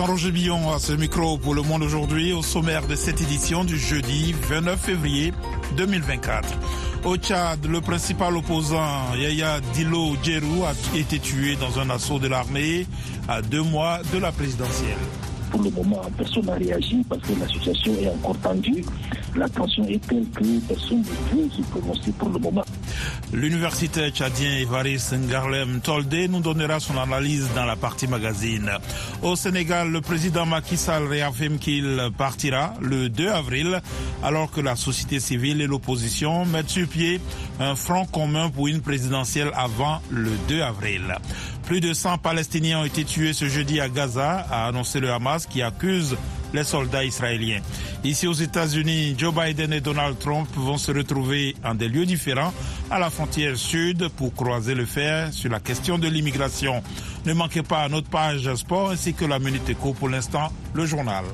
Jean-Roger Billon à ce micro pour Le Monde aujourd'hui, au sommaire de cette édition du jeudi 29 février 2024. Au Tchad, le principal opposant Yaya Dillo Djerou a été tué dans un assaut de l'armée à 2 mois de la présidentielle. Pour le moment, personne n'a réagi parce que la situation est encore tendue. La tension est telle que personne ne veut se prononcer pour le moment. L'universitaire tchadien Évariste Ngarlem Toldé nous donnera son analyse dans la partie magazine. Au Sénégal, le président Macky Sall réaffirme qu'il partira le 2 avril alors que la société civile et l'opposition mettent sur pied un front commun pour une présidentielle avant le 2 avril. Plus de 100 Palestiniens ont été tués ce jeudi à Gaza, a annoncé le Hamas qui accuse les soldats israéliens. Ici aux États-Unis, Joe Biden et Donald Trump vont se retrouver en des lieux différents à la frontière sud pour croiser le fer sur la question de l'immigration. Ne manquez pas notre page sport ainsi que la Minute Éco. Pour l'instant, le journal.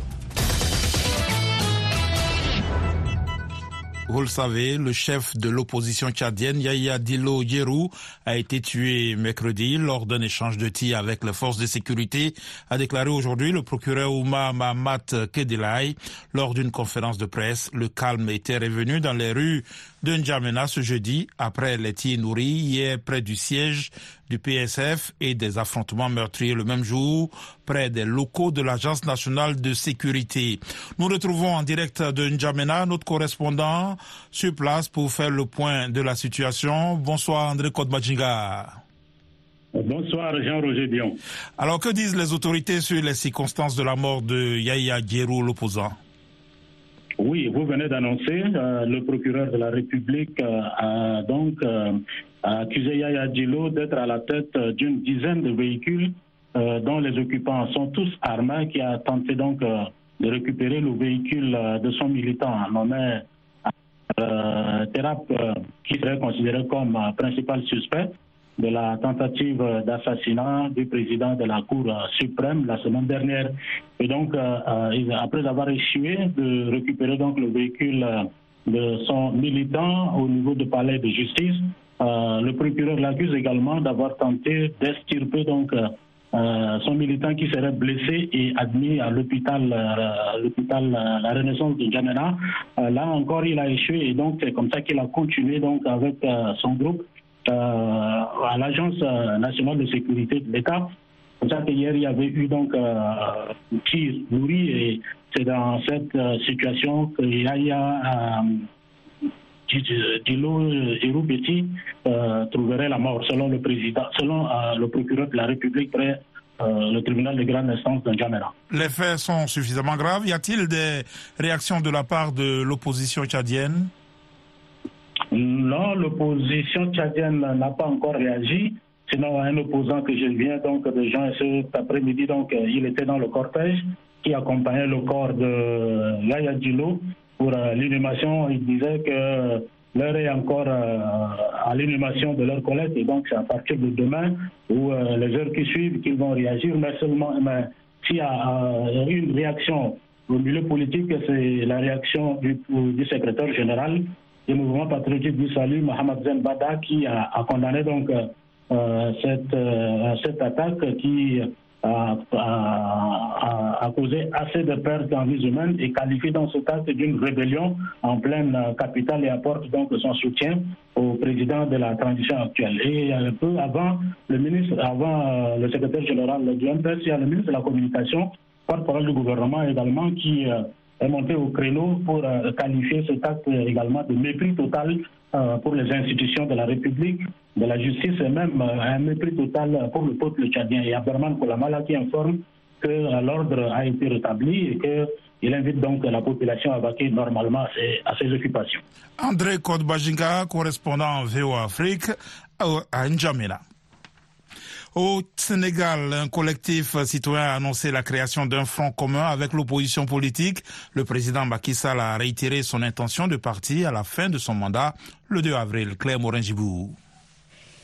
Vous le savez, le chef de l'opposition tchadienne, Yaya Dillo Djerou, a été tué mercredi lors d'un échange de tirs avec les forces de sécurité, a déclaré aujourd'hui le procureur Oumar Mahamat Kedelai. Lors d'une conférence de presse, le calme était revenu dans les rues de N'Djamena ce jeudi, après les tirs nourris hier près du siège du PSF et des affrontements meurtriers le même jour près des locaux de l'Agence nationale de sécurité. Nous retrouvons en direct de N'Djamena notre correspondant sur place pour faire le point de la situation. Bonsoir André Kodbadjinga. Bonsoir Jean-Roger Billon. Alors que disent les autorités sur les circonstances de la mort de Yaya Djerou, l'opposant? Oui, vous venez d'annoncer, le procureur de la République a donc accusé Yaya Dillo d'être à la tête d'une dizaine de véhicules dont les occupants sont tous armés, qui a tenté donc de récupérer le véhicule de son militant nommé Terap, qui serait considéré comme principal suspect de la tentative d'assassinat du président de la Cour suprême la semaine dernière. Et donc, après avoir échoué de récupérer donc le véhicule de son militant au niveau du palais de justice, le procureur l'accuse également d'avoir tenté d'extirper donc son militant qui serait blessé et admis à l'hôpital La Renaissance de N'Djamena. Là encore, il a échoué et donc c'est comme ça qu'il a continué donc avec son groupe à l'Agence nationale de sécurité de l'État. Comme ça qu'hier, il y avait eu donc tir nourri et c'est dans cette situation que Yaya Dillo Djerou trouverait la mort, selon le président, selon le procureur de la République près le tribunal de grande instance de N'Djamena. Les faits sont suffisamment graves. Y a-t-il des réactions de la part de l'opposition tchadienne? Non, l'opposition tchadienne n'a pas encore réagi. Sinon, un opposant que je viens donc de joindre cet après-midi, donc il était dans le cortège qui accompagnait le corps de Yaya Dillo pour l'inhumation. Il disait que l'heure est encore à l'inhumation de leur collègue et donc c'est à partir de demain ou les heures qui suivent qu'ils vont réagir. Mais s'il y a une réaction au milieu politique, c'est la réaction du secrétaire général du mouvement patriotique du salut, Mohamed Zen Bada, qui a condamné donc cette attaque qui a causé assez de pertes en vies humaines et qualifie dans ce cas d'une rébellion en pleine capitale et apporte donc son soutien au président de la transition actuelle. Et un peu avant le secrétaire général du MPS, il y a le ministre de la Communication, porte-parole du gouvernement également, qui est monté au créneau pour qualifier cet acte également de mépris total pour les institutions de la République, de la justice et même un mépris total pour le peuple tchadien. Et Abderrahmane Kolamala qui informe que l'ordre a été rétabli et qu'il invite donc la population à vaquer normalement à ses occupations. André Kodbadjinga, correspondant VOA Afrique à N'Djamena. Au Sénégal, un collectif citoyen a annoncé la création d'un front commun avec l'opposition politique. Le président Macky Sall a réitéré son intention de partir à la fin de son mandat le 2 avril. Claire Morin-Gibou.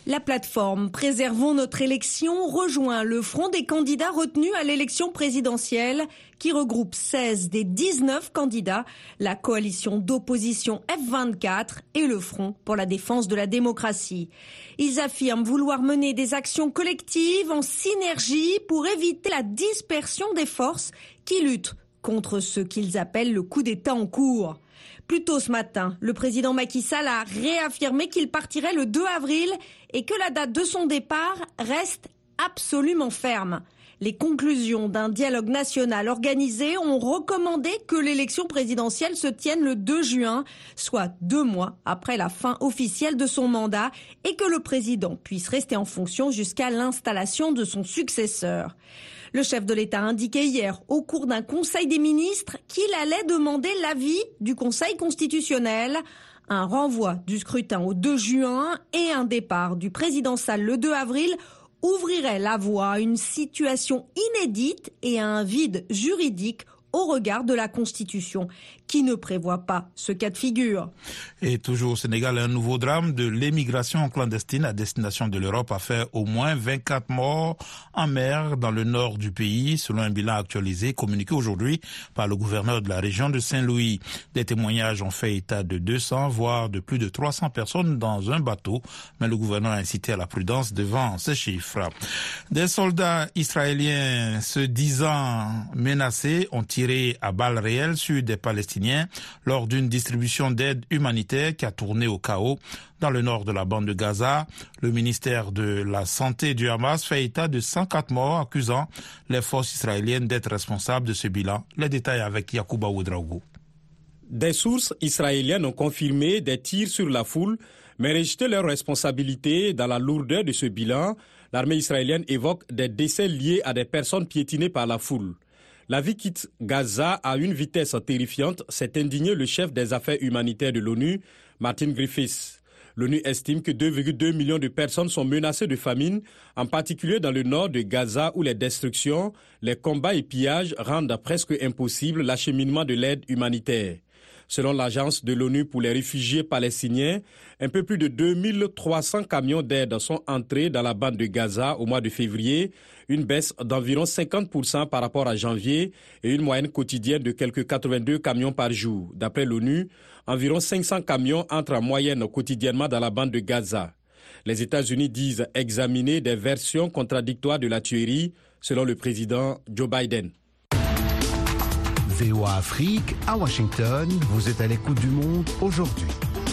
La plateforme Préservons notre élection rejoint le front des candidats retenus à l'élection présidentielle qui regroupe 16 des 19 candidats, la coalition d'opposition F24 et le Front pour la défense de la démocratie. Ils affirment vouloir mener des actions collectives en synergie pour éviter la dispersion des forces qui luttent contre ce qu'ils appellent le coup d'État en cours. Plus tôt ce matin, le président Macky Sall a réaffirmé qu'il partirait le 2 avril et que la date de son départ reste absolument ferme. Les conclusions d'un dialogue national organisé ont recommandé que l'élection présidentielle se tienne le 2 juin, soit 2 mois après la fin officielle de son mandat, et que le président puisse rester en fonction jusqu'à l'installation de son successeur. Le chef de l'État a indiqué hier, au cours d'un conseil des ministres, qu'il allait demander l'avis du Conseil constitutionnel. Un renvoi du scrutin au 2 juin et un départ du président Sall le 2 avril ouvrirait la voie à une situation inédite et à un vide juridique au regard de la Constitution, qui ne prévoit pas ce cas de figure. Et toujours au Sénégal, un nouveau drame de l'émigration clandestine à destination de l'Europe a fait au moins 24 morts en mer dans le nord du pays, selon un bilan actualisé communiqué aujourd'hui par le gouverneur de la région de Saint-Louis. Des témoignages ont fait état de 200, voire de plus de 300 personnes dans un bateau, mais le gouverneur a incité à la prudence devant ces chiffres. Des soldats israéliens se disant menacés ont tiré à balles réelles sur des Palestiniens lors d'une distribution d'aide humanitaire qui a tourné au chaos dans le nord de la bande de Gaza. Le ministère de la Santé du Hamas fait état de 104 morts, accusant les forces israéliennes d'être responsables de ce bilan. Les détails avec Yacouba Ouedraogo. Des sources israéliennes ont confirmé des tirs sur la foule, mais rejeté leur responsabilité dans la lourdeur de ce bilan. L'armée israélienne évoque des décès liés à des personnes piétinées par la foule. La vie quitte Gaza à une vitesse terrifiante, s'est indigné le chef des affaires humanitaires de l'ONU, Martin Griffiths. L'ONU estime que 2,2 millions de personnes sont menacées de famine, en particulier dans le nord de Gaza où les destructions, les combats et pillages rendent presque impossible l'acheminement de l'aide humanitaire. Selon l'agence de l'ONU pour les réfugiés palestiniens, un peu plus de 2300 camions d'aide sont entrés dans la bande de Gaza au mois de février, une baisse d'environ 50% par rapport à janvier et une moyenne quotidienne de quelques 82 camions par jour. D'après l'ONU, environ 500 camions entrent en moyenne quotidiennement dans la bande de Gaza. Les États-Unis disent examiner des versions contradictoires de la tuerie, selon le président Joe Biden. VOA Afrique, à Washington, vous êtes à l'écoute du monde aujourd'hui.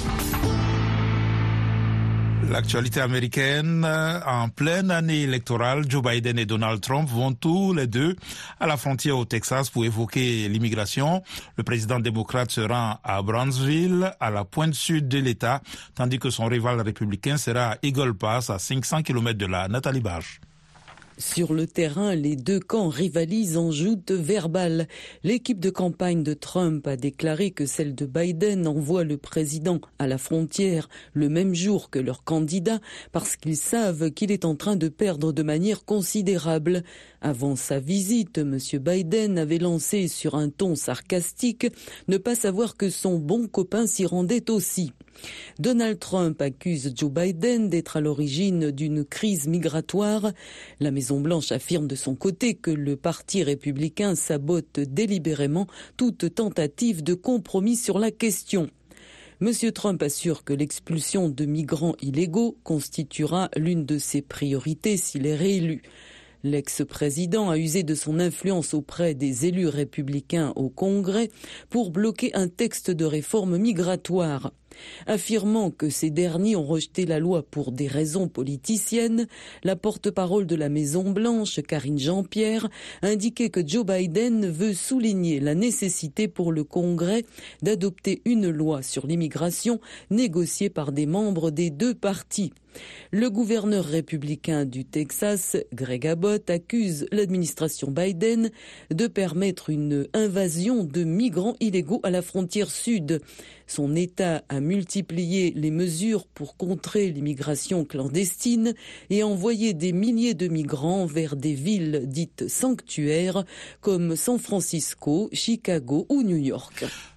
L'actualité américaine, en pleine année électorale, Joe Biden et Donald Trump vont tous les deux à la frontière au Texas pour évoquer l'immigration. Le président démocrate se rend à Brownsville, à la pointe sud de l'État, tandis que son rival républicain sera à Eagle Pass, à 500 km de là. Nathalie Barge. Sur le terrain, les deux camps rivalisent en joute verbale. L'équipe de campagne de Trump a déclaré que celle de Biden envoie le président à la frontière le même jour que leur candidat parce qu'ils savent qu'il est en train de perdre de manière considérable. Avant sa visite, M. Biden avait lancé sur un ton sarcastique ne pas savoir que son bon copain s'y rendait aussi. Donald Trump accuse Joe Biden d'être à l'origine d'une crise migratoire. La Maison-Blanche affirme de son côté que le Parti républicain sabote délibérément toute tentative de compromis sur la question. M. Trump assure que l'expulsion de migrants illégaux constituera l'une de ses priorités s'il est réélu. L'ex-président a usé de son influence auprès des élus républicains au Congrès pour bloquer un texte de réforme migratoire. Affirmant que ces derniers ont rejeté la loi pour des raisons politiciennes, la porte-parole de la Maison-Blanche, Karine Jean-Pierre, indiquait que Joe Biden veut souligner la nécessité pour le Congrès d'adopter une loi sur l'immigration négociée par des membres des deux partis. Le gouverneur républicain du Texas, Greg Abbott, accuse l'administration Biden de permettre une invasion de migrants illégaux à la frontière sud. Son État a multiplié les mesures pour contrer l'immigration clandestine et envoyé des milliers de migrants vers des villes dites sanctuaires comme San Francisco, Chicago ou New York.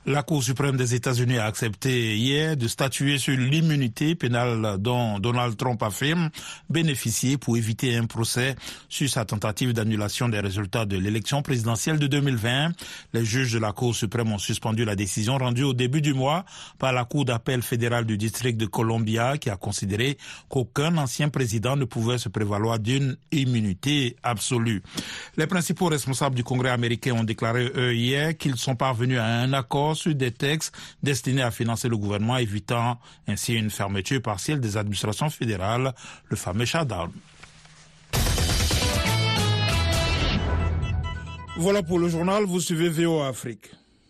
La Cour suprême des États-Unis a accepté hier de statuer sur l'immunité pénale dont Donald Trump affirme bénéficier pour éviter un procès sur sa tentative d'annulation des résultats de l'élection présidentielle de 2020. Les juges de la Cour suprême ont suspendu la décision rendue au début du mois par la Cour d'appel fédérale du district de Columbia qui a considéré qu'aucun ancien président ne pouvait se prévaloir d'une immunité absolue. Les principaux responsables du Congrès américain ont déclaré hier qu'ils sont parvenus à un accord sur des textes destinés à financer le gouvernement, évitant ainsi une fermeture partielle des administrations fédérales, le fameux shutdown. Voilà pour le journal, vous suivez VOA Afrique.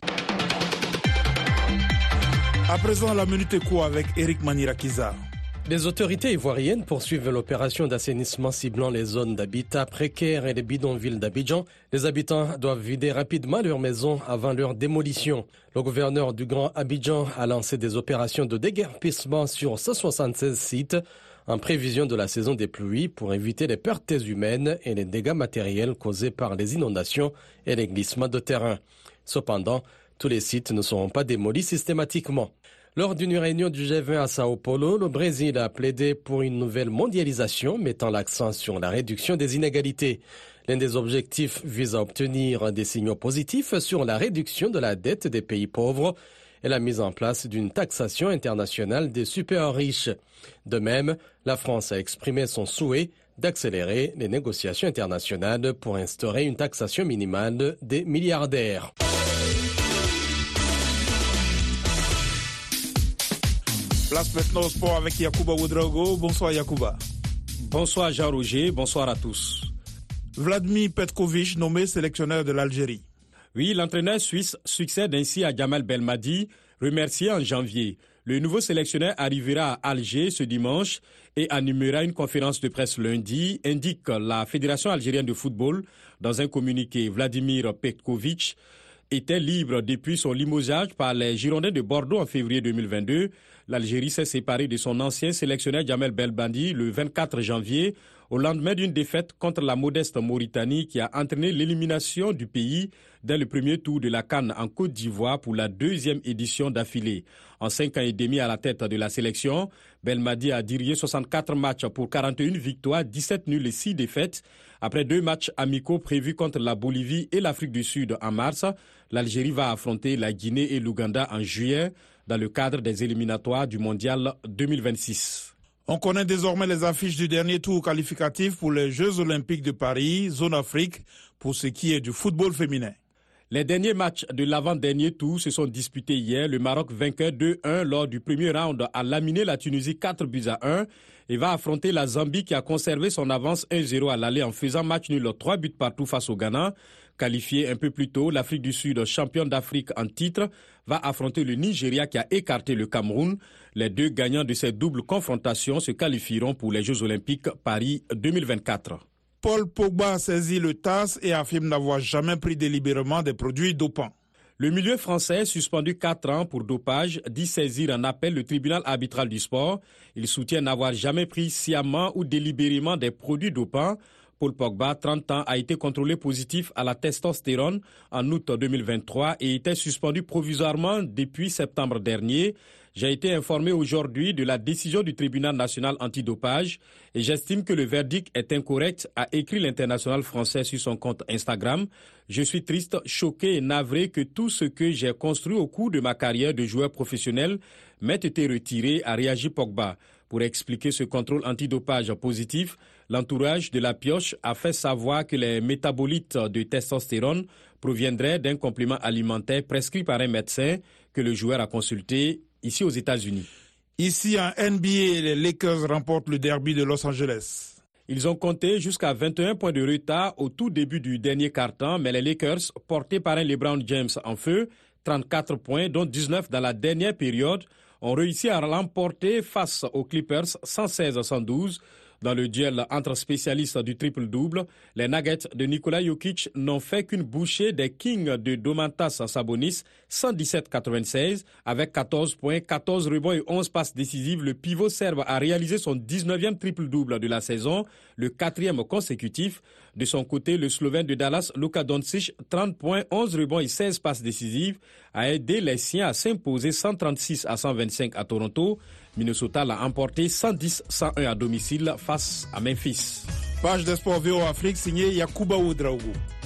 À présent, la Minute Éco avec Eric Manirakiza. Les autorités ivoiriennes poursuivent l'opération d'assainissement ciblant les zones d'habitat précaires et les bidonvilles d'Abidjan. Les habitants doivent vider rapidement leurs maisons avant leur démolition. Le gouverneur du Grand Abidjan a lancé des opérations de déguerpissement sur 176 sites en prévision de la saison des pluies pour éviter les pertes humaines et les dégâts matériels causés par les inondations et les glissements de terrain. Cependant, tous les sites ne seront pas démolis systématiquement. Lors d'une réunion du G20 à Sao Paulo, le Brésil a plaidé pour une nouvelle mondialisation mettant l'accent sur la réduction des inégalités. L'un des objectifs vise à obtenir des signaux positifs sur la réduction de la dette des pays pauvres et la mise en place d'une taxation internationale des super riches. De même, la France a exprimé son souhait d'accélérer les négociations internationales pour instaurer une taxation minimale des milliardaires. Place maintenant au sport avec Yacouba Ouedraogo. Bonsoir Yacouba. Bonsoir Jean-Roger, bonsoir à tous. Vladimir Petkovic nommé sélectionneur de l'Algérie. Oui, l'entraîneur suisse succède ainsi à Djamel Belmadi, remercié en janvier. Le nouveau sélectionneur arrivera à Alger ce dimanche et animera une conférence de presse lundi, indique la Fédération algérienne de football. Dans un communiqué, Vladimir Petkovic était libre depuis son limogeage par les Girondins de Bordeaux en février 2022. L'Algérie s'est séparée de son ancien sélectionneur Djamel Belmadi le 24 janvier, au lendemain d'une défaite contre la modeste Mauritanie qui a entraîné l'élimination du pays dès le premier tour de la CAN en Côte d'Ivoire pour la deuxième édition d'affilée. En 5 ans et demi à la tête de la sélection, Belmadi a dirigé 64 matchs pour 41 victoires, 17 nuls et 6 défaites. Après 2 matchs amicaux prévus contre la Bolivie et l'Afrique du Sud en mars, l'Algérie va affronter la Guinée et l'Ouganda en juillet dans le cadre des éliminatoires du Mondial 2026. On connaît désormais les affiches du dernier tour qualificatif pour les Jeux Olympiques de Paris, zone Afrique, pour ce qui est du football féminin. Les derniers matchs de l'avant-dernier tour se sont disputés hier. Le Maroc, vainqueur 2-1 lors du premier round, a laminé la Tunisie 4-1 et va affronter la Zambie qui a conservé son avance 1-0 à l'aller en faisant match nul 3 buts partout face au Ghana. Qualifié un peu plus tôt, l'Afrique du Sud, championne d'Afrique en titre, va affronter le Nigeria qui a écarté le Cameroun. Les deux gagnants de cette double confrontation se qualifieront pour les Jeux Olympiques Paris 2024. Paul Pogba a saisi le TAS et affirme n'avoir jamais pris délibérément des produits dopants. Le milieu français, suspendu 4 ans pour dopage, dit saisir en appel le tribunal arbitral du sport. Il soutient n'avoir jamais pris sciemment ou délibérément des produits dopants. Paul Pogba, 30 ans, a été contrôlé positif à la testostérone en août 2023 et était suspendu provisoirement depuis septembre dernier. J'ai été informé aujourd'hui de la décision du tribunal national antidopage et j'estime que le verdict est incorrect, a écrit l'international français sur son compte Instagram. Je suis triste, choqué et navré que tout ce que j'ai construit au cours de ma carrière de joueur professionnel m'ait été retiré, a réagi Pogba. Pour expliquer ce contrôle antidopage positif, l'entourage de la pioche a fait savoir que les métabolites de testostérone proviendraient d'un complément alimentaire prescrit par un médecin que le joueur a consulté ici aux États-Unis. Ici en NBA, les Lakers remportent le derby de Los Angeles. Ils ont compté jusqu'à 21 points de retard au tout début du dernier quart-temps, mais les Lakers, portés par un LeBron James en feu, 34 points, dont 19 dans la dernière période, ont réussi à l'emporter face aux Clippers 116-112 Dans le duel entre spécialistes du triple-double, les Nuggets de Nikola Jokic n'ont fait qu'une bouchée des Kings de Domantas Sabonis, 117-96. Avec 14 points, 14 rebonds et 11 passes décisives, le pivot serbe a réalisé son 19e triple-double de la saison, le 4e consécutif. De son côté, le Slovène de Dallas, Luka Doncic, 30 points, 11 rebonds et 16 passes décisives, a aidé les siens à s'imposer 136-125 à Toronto. Minnesota l'a emporté 110-101 à domicile face à Memphis. Page des sports VOA Afrique signée Yacouba Ouedraogo.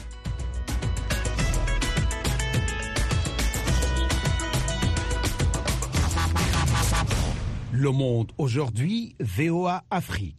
Le Monde aujourd'hui, VOA Afrique.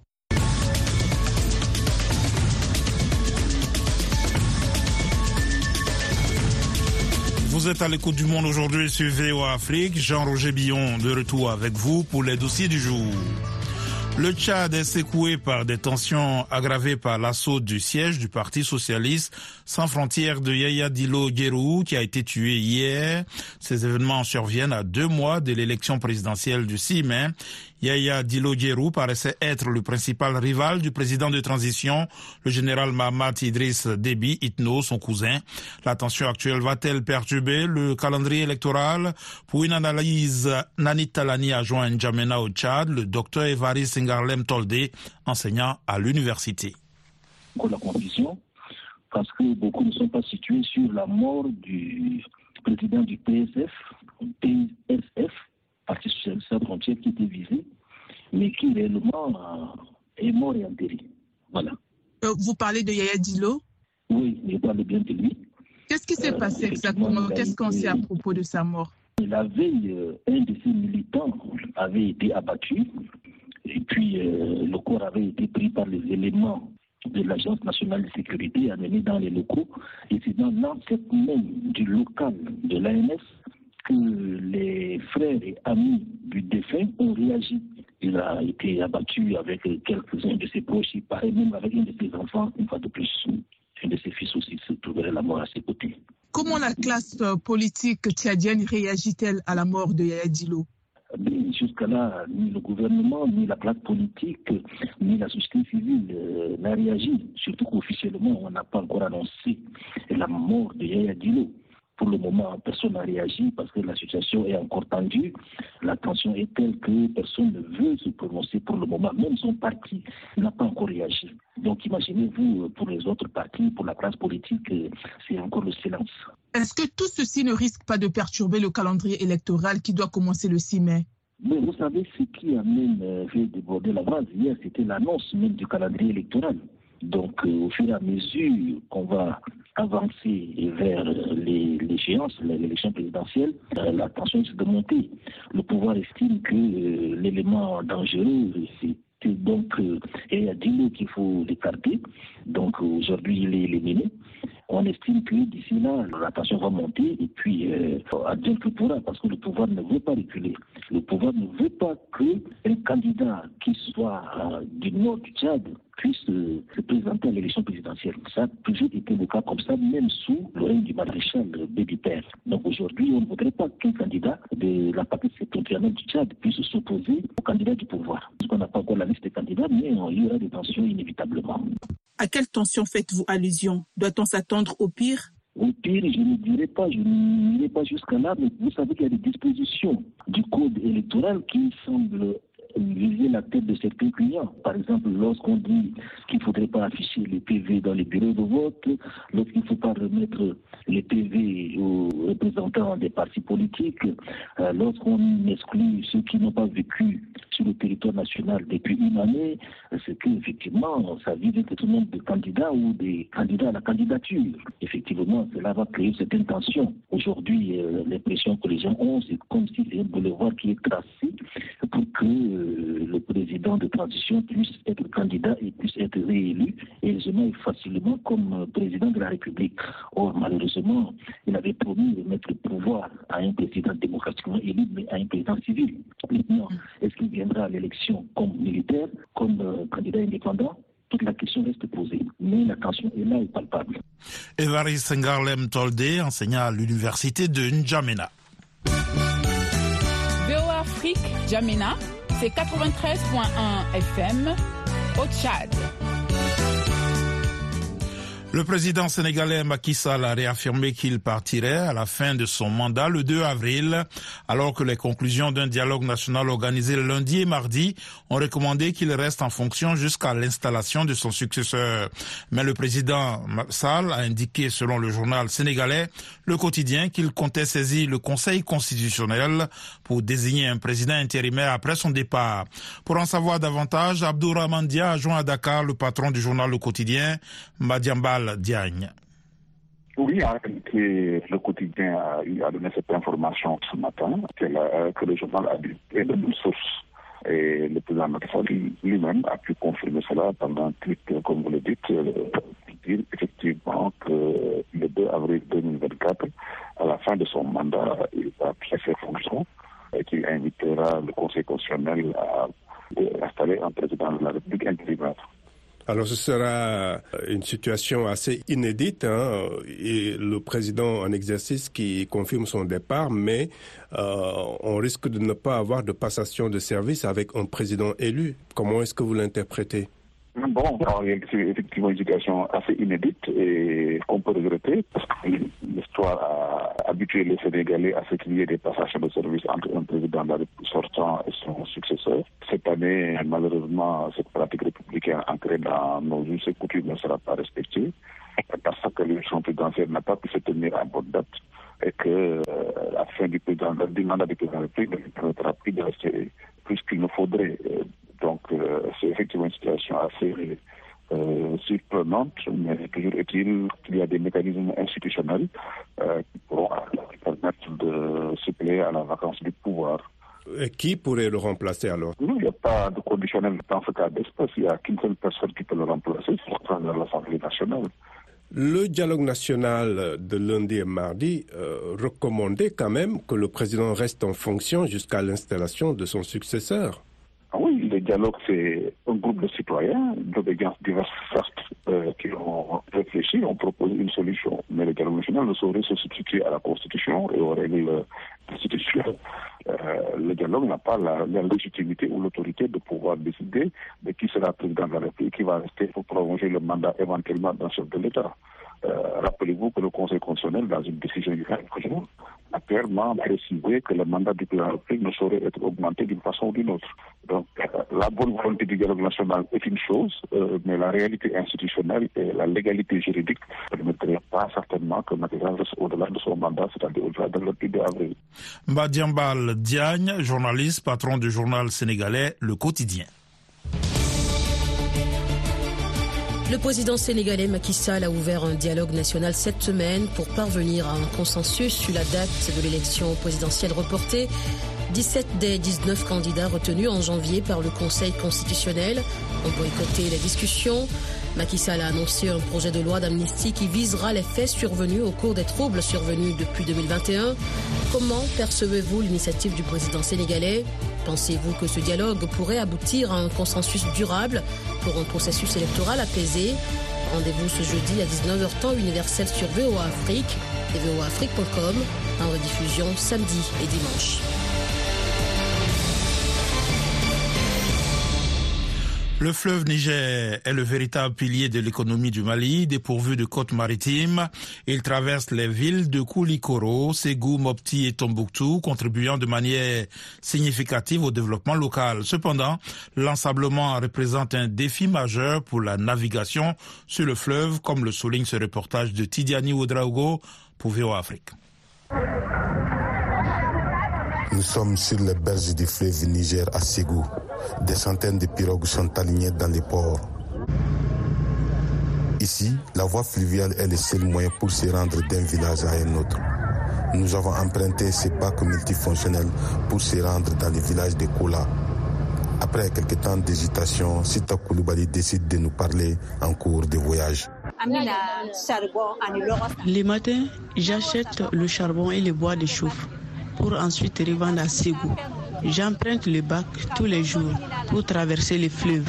Vous êtes à l'écoute du Monde aujourd'hui sur VOA Afrique. Jean-Roger Billon de retour avec vous pour les dossiers du jour. Le Tchad est secoué par des tensions aggravées par l'assaut du siège du Parti socialiste sans frontières de Yaya Dillo Guérou qui a été tué hier. Ces événements surviennent à 2 mois de l'élection présidentielle du 6 mai. Yaya Dillo Guérou paraissait être le principal rival du président de transition, le général Mahamat Idriss Déby Itno, son cousin. La tension actuelle va-t-elle perturber le calendrier électoral? Pour une analyse, Nani Talani a joint N'Djamena au Tchad, le docteur Évariste Ngarlem Toldé, enseignant à l'université. La confusion, parce que beaucoup ne sont pas situés sur la mort du président du PSF, Parti socialiste sans frontières, qui était visé, mais qui réellement est mort et enterré. Voilà. Vous parlez de Yaya Dillo? Oui, je parle bien de lui. Qu'est-ce qui s'est passé exactement? Qu'est-ce qu'on sait à propos de sa mort? La veille, un de ses militants avait été abattu, et puis le corps avait été pris par les éléments de l'Agence nationale de sécurité amenés dans les locaux. Et c'est dans l'enquête même du local de l'ANS que les frères et amis du défunt ont réagi. Il a été abattu avec quelques-uns de ses proches, il paraît même avec un de ses enfants, une fois de plus. Un de ses fils aussi se trouverait la mort à ses côtés. Comment la classe politique tchadienne réagit-elle à la mort de Yaya Dillo? Jusqu'à là, ni le gouvernement, ni la classe politique, ni la société civile n'a réagi. Surtout qu'officiellement, on n'a pas encore annoncé la mort de Yaya Dillo. Pour le moment, personne n'a réagi parce que la situation est encore tendue. La tension est telle que personne ne veut se prononcer pour le moment. Même son parti n'a pas encore réagi. Donc imaginez-vous, pour les autres partis, pour la classe politique, c'est encore le silence. Est-ce que tout ceci ne risque pas de perturber le calendrier électoral qui doit commencer le 6 mai? Mais vous savez, ce qui a même fait déborder la vase hier, c'était l'annonce même du calendrier électoral. Donc, au fur et à mesure qu'on va avancer vers l'échéance, l'élection présidentielle, la tension risque de monter. Le pouvoir estime que l'élément dangereux, c'était donc Yaya Dillo qu'il faut l'écarter. Donc, aujourd'hui, il est éliminé. On estime que d'ici là, la tension va monter et puis adieu que pourra, parce que le pouvoir ne veut pas reculer. Le pouvoir ne veut pas qu'un candidat qui soit du nord du Tchad puisse se présenter à l'élection présidentielle. Ça a toujours été le cas comme ça, même sous le règne du maréchal Bédi Père. Donc aujourd'hui, on ne voudrait pas qu'un candidat de la partie septentrionale du Tchad puisse s'opposer au candidat du pouvoir. Parce qu'on n'a pas encore la liste des candidats, mais il y aura des tensions inévitablement. À quelle tension faites-vous allusion? Doit-on s'attendre au pire? Au pire, je ne dirais pas, je n'irai pas jusqu'à là, mais vous savez qu'il y a des dispositions du code électoral qui semblent viser la tête de certains clients. Par exemple, lorsqu'on dit qu'il ne faudrait pas afficher les PV dans les bureaux de vote, lorsqu'il ne faut pas remettre les PV aux représentants des partis politiques, lorsqu'on exclut ceux qui n'ont pas vécu sur le territoire national depuis une année, c'est qu'effectivement, ça vise un certain nombre de candidats ou des candidats à la candidature. Effectivement, cela va créer certaines tensions. Aujourd'hui, l'impression que les gens ont, c'est comme si c'est un boulevard qui est tracé pour que le président de transition puisse être candidat et puisse être réélu aisément et facilement comme président de la République. Or, malheureusement, il avait promis de mettre le pouvoir à un président démocratiquement élu, mais à un président civil. Maintenant, est-ce qu'il viendra à l'élection comme militaire, comme candidat indépendant? Toute la question reste posée, mais la tension est là et palpable. Évariste Ngarlem Toldé, enseignant à l'université de N'Djamena. VOA Afrique, N'Djamena, c'est 93.1 FM au Tchad. Le président sénégalais Macky Sall a réaffirmé qu'il partirait à la fin de son mandat le 2 avril, alors que les conclusions d'un dialogue national organisé lundi et mardi ont recommandé qu'il reste en fonction jusqu'à l'installation de son successeur. Mais le président Sall a indiqué, selon le journal sénégalais Le Quotidien, qu'il comptait saisir le Conseil constitutionnel pour désigner un président intérimaire après son départ. Pour en savoir davantage, Abdourahmane Dia a joint à Dakar le patron du journal Le Quotidien, Madiambal Diagne. Oui, le quotidien a donné cette information ce matin, que le journal a dit et de bonnes sources. Et le président Macky Sall lui-même a pu confirmer cela pendant un tweet, comme vous le dites, dire effectivement que le 2 avril 2024, à la fin de son mandat, il va quitter ses fonctions et qu'il invitera le Conseil constitutionnel à installer un président de la République intérimaire. Alors ce sera une situation assez inédite, et le président en exercice qui confirme son départ, mais on risque de ne pas avoir de passation de service avec un président élu. Comment est-ce que vous l'interprétez ? Bon, c'est effectivement une situation assez inédite et qu'on peut regretter parce que l'histoire a habitué les Sénégalais à ce qu'il y ait des passations de service entre un président sortant et son successeur. Cette année, malheureusement, cette pratique républicaine ancrée dans nos us et coutumes ne sera pas respectée parce que l'élection présidentielle n'a pas pu se tenir à bonne date et que la fin du mandat du président de la République ne permettra plus de rester plus qu'il ne faudrait. Donc, c'est effectivement une situation assez surprenante, mais toujours est-il qu'il y a des mécanismes institutionnels qui pourront permettre de suppléer à la vacance du pouvoir. Et qui pourrait le remplacer alors ? Non, il n'y a pas de conditionnel dans ce cas d'espèce. Il n'y a qu'une seule personne qui peut le remplacer, c'est le président de l'Assemblée nationale. Le dialogue national de lundi et mardi recommandait quand même que le président reste en fonction jusqu'à l'installation de son successeur. Oui, le dialogue, c'est un groupe de citoyens d'obédience diverses qui ont réfléchi, ont proposé une solution. Mais le dialogue national ne saurait se substituer à la Constitution et aux règles constitutionnelles. Le dialogue n'a pas la légitimité ou l'autorité de pouvoir décider de qui sera président de la République, qui va rester pour prolonger le mandat éventuellement d'un chef de l'État. Rappelez-vous que le Conseil constitutionnel, dans une décision du 24 jours, a clairement précisé que le mandat du président de la République ne saurait être augmenté d'une façon ou d'une autre. Donc, la bonne volonté du dialogue national est une chose, mais la réalité institutionnelle et la légalité juridique ne permettraient pas certainement que Macky Sall reste au-delà de son mandat, c'est-à-dire au-delà de le 2 avril. Madiambal Diagne, journaliste, patron du journal sénégalais Le Quotidien. Le président sénégalais Macky Sall a ouvert un dialogue national cette semaine pour parvenir à un consensus sur la date de l'élection présidentielle reportée. 17 des 19 candidats retenus en janvier par le Conseil constitutionnel ont boycotté les discussions. Macky Sall a annoncé un projet de loi d'amnistie qui visera les faits survenus au cours des troubles survenus depuis 2021. Comment percevez-vous l'initiative du président sénégalais ? Pensez-vous que ce dialogue pourrait aboutir à un consensus durable pour un processus électoral apaisé ? Rendez-vous ce jeudi à 19h temps universel sur VOA Afrique et voaafrique.com en rediffusion samedi et dimanche. Le fleuve Niger est le véritable pilier de l'économie du Mali, dépourvu de côtes maritimes. Il traverse les villes de Koulikoro, Ségou, Mopti et Tombouctou, contribuant de manière significative au développement local. Cependant, l'ensablement représente un défi majeur pour la navigation sur le fleuve, comme le souligne ce reportage de Tidiani Ouedraogo pour VOA Afrique. Nous sommes sur les berges du fleuve Niger à Ségou. Des centaines de pirogues sont alignées dans les ports. Ici, la voie fluviale est le seul moyen pour se rendre d'un village à un autre. Nous avons emprunté ces bacs multifonctionnels pour se rendre dans le village de Kola. Après quelques temps d'hésitation, Sita Koulibaly décide de nous parler en cours de voyage. Les matins, j'achète le charbon et le bois de chauffe pour ensuite revendre à Ségou. J'emprunte le bac tous les jours pour traverser les fleuves.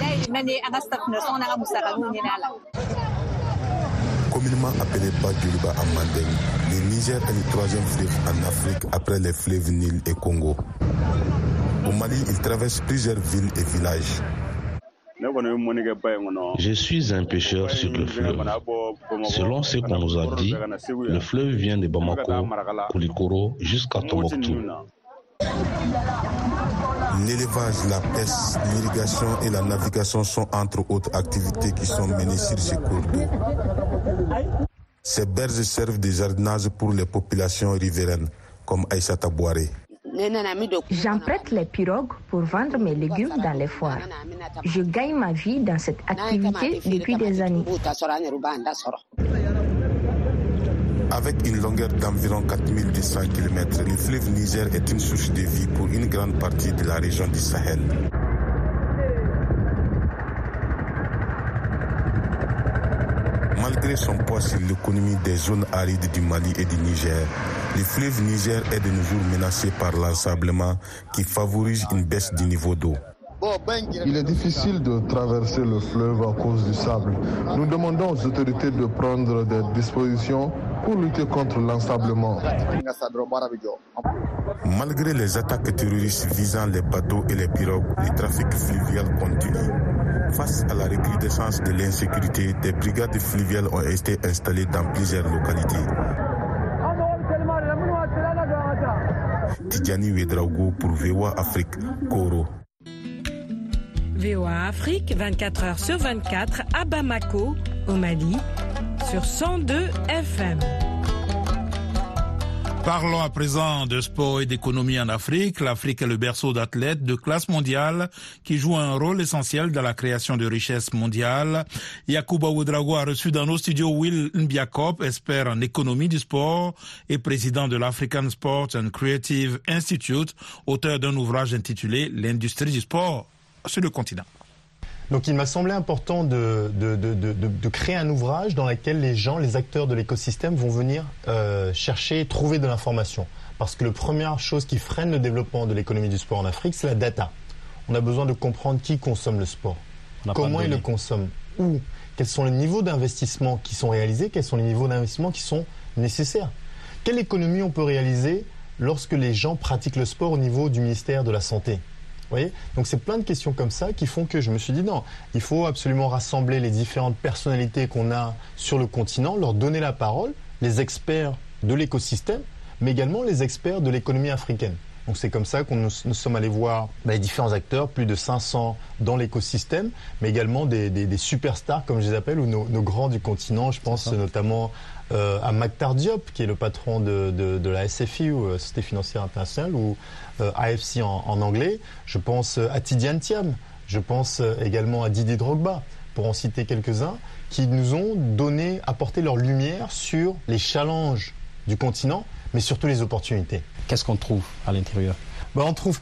Communément appelé Badjouliba en Mandeng, le Niger est le troisième fleuve en Afrique après les fleuves Nil et Congo. Au Mali, il traverse plusieurs villes et villages. Je suis un pêcheur sur le fleuve. Selon ce qu'on nous a dit, le fleuve vient de Bamako, Koulikoro jusqu'à Tombouctou. L'élevage, la pêche, l'irrigation et la navigation sont entre autres activités qui sont menées sur ces cours d'eau. Ces berges servent de jardinage pour les populations riveraines, comme Aïssata Bouaré. J'emprunte les pirogues pour vendre mes légumes dans les foires. Je gagne ma vie dans cette activité depuis des années. Avec une longueur d'environ 4200 km, le fleuve Niger est une source de vie pour une grande partie de la région du Sahel. Malgré son poids sur l'économie des zones arides du Mali et du Niger, le fleuve Niger est de nos jours menacé par l'ensablement qui favorise une baisse du niveau d'eau. Il est difficile de traverser le fleuve à cause du sable. Nous demandons aux autorités de prendre des dispositions pour lutter contre l'ensablement. Malgré les attaques terroristes visant les bateaux et les pirogues, le trafic fluvial continue. Face à la recrudescence de l'insécurité, des brigades fluviales ont été installées dans plusieurs localités. Tidjani Ouedraogo pour VOA Afrique, Koro. VOA Afrique, 24 heures sur 24 à Bamako, au Mali, sur 102 FM. Parlons à présent de sport et d'économie en Afrique. L'Afrique est le berceau d'athlètes de classe mondiale qui jouent un rôle essentiel dans la création de richesses mondiales. Yacouba Ouedraogo a reçu dans nos studios Will Mbiakop, expert en économie du sport et président de l'African Sport and Creative Institute, auteur d'un ouvrage intitulé « L'industrie du sport sur le continent ». Donc il m'a semblé important de créer un ouvrage dans lequel les gens, les acteurs de l'écosystème vont venir chercher, trouver de l'information. Parce que la première chose qui freine le développement de l'économie du sport en Afrique, c'est la data. On a besoin de comprendre qui consomme le sport, comment il le consomme, où, quels sont les niveaux d'investissement qui sont réalisés, quels sont les niveaux d'investissement qui sont nécessaires. Quelle économie on peut réaliser lorsque les gens pratiquent le sport au niveau du ministère de la Santé ? Vous voyez ? Donc c'est plein de questions comme ça qui font que je me suis dit non, il faut absolument rassembler les différentes personnalités qu'on a sur le continent, leur donner la parole, les experts de l'écosystème, mais également les experts de l'économie africaine. Donc c'est comme ça que nous sommes allés voir les différents acteurs, plus de 500 dans l'écosystème, mais également des superstars, comme je les appelle, ou nos grands du continent. Je pense notamment à Maktar Diop, qui est le patron de la SFI, ou Société Financière Internationale, ou AFC en anglais. Je pense à Tidiane Thiam. Je pense également à Didier Drogba, pour en citer quelques-uns, qui nous ont apporté leur lumière sur les challenges du continent, mais surtout les opportunités. Qu'est-ce qu'on trouve à l'intérieur ? On trouve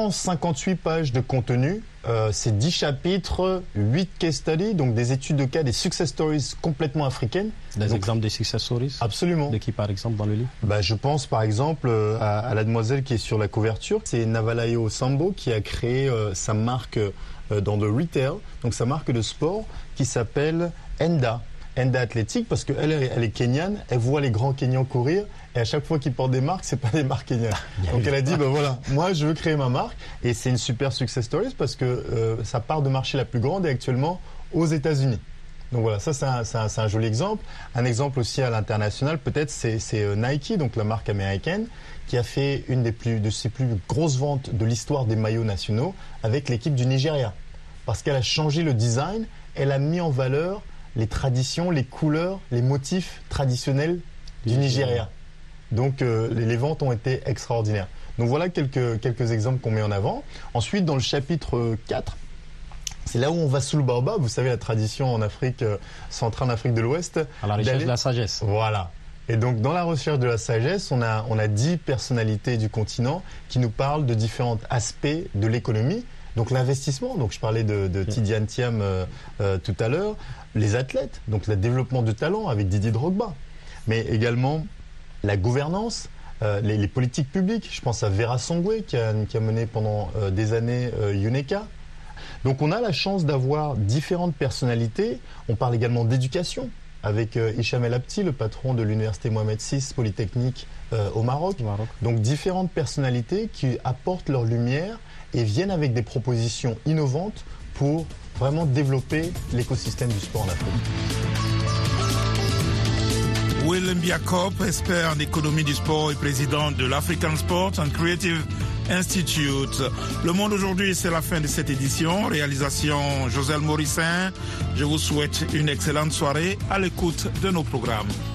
458 pages de contenu, c'est 10 chapitres, 8 case studies, donc des études de cas, des success stories complètement africaines. Des exemples de success stories ? Absolument. De qui par exemple dans le livre ? Je pense par exemple à la demoiselle qui est sur la couverture, c'est Navalayo Sambo qui a créé sa marque dans le retail, donc sa marque de sport qui s'appelle Enda Athlétique, parce qu'elle est kenyane, elle voit les grands Kenyans courir, et à chaque fois qu'ils portent des marques, c'est pas des marques kenyanes. Donc elle a dit, voilà, moi je veux créer ma marque, et c'est une super success story parce que sa part de marché la plus grande est actuellement aux États-Unis. Donc voilà, ça c'est un joli exemple. Un exemple aussi à l'international, peut-être, c'est Nike, donc la marque américaine, qui a fait une de ses plus grosses ventes de l'histoire des maillots nationaux avec l'équipe du Nigeria. Parce qu'elle a changé le design, elle a mis en valeur les traditions, les couleurs, les motifs traditionnels du Nigeria. Donc les ventes ont été extraordinaires. Donc voilà quelques exemples qu'on met en avant. Ensuite, dans le chapitre 4, c'est là où on va sous le baobab. Vous savez, la tradition en Afrique centrale, en Afrique de l'Ouest. À la recherche de la sagesse. Voilà. Et donc, dans la recherche de la sagesse, on a 10 personnalités du continent qui nous parlent de différents aspects de l'économie. Donc l'investissement, donc je parlais de Tidiane Thiam tout à l'heure, les athlètes, donc le développement de talent avec Didier Drogba, mais également la gouvernance, les politiques publiques. Je pense à Vera Songwe qui a mené pendant des années UNECA. Donc on a la chance d'avoir différentes personnalités. On parle également d'éducation avec Hicham El Abti, le patron de l'université Mohamed VI Polytechnique au Maroc. Donc différentes personnalités qui apportent leur lumière et viennent avec des propositions innovantes pour vraiment développer l'écosystème du sport en Afrique. Willem Biakop, expert en économie du sport et président de l'African Sport and Creative Institute. Le Monde aujourd'hui, c'est la fin de cette édition. Réalisation Joselle Morissin. Je vous souhaite une excellente soirée à l'écoute de nos programmes.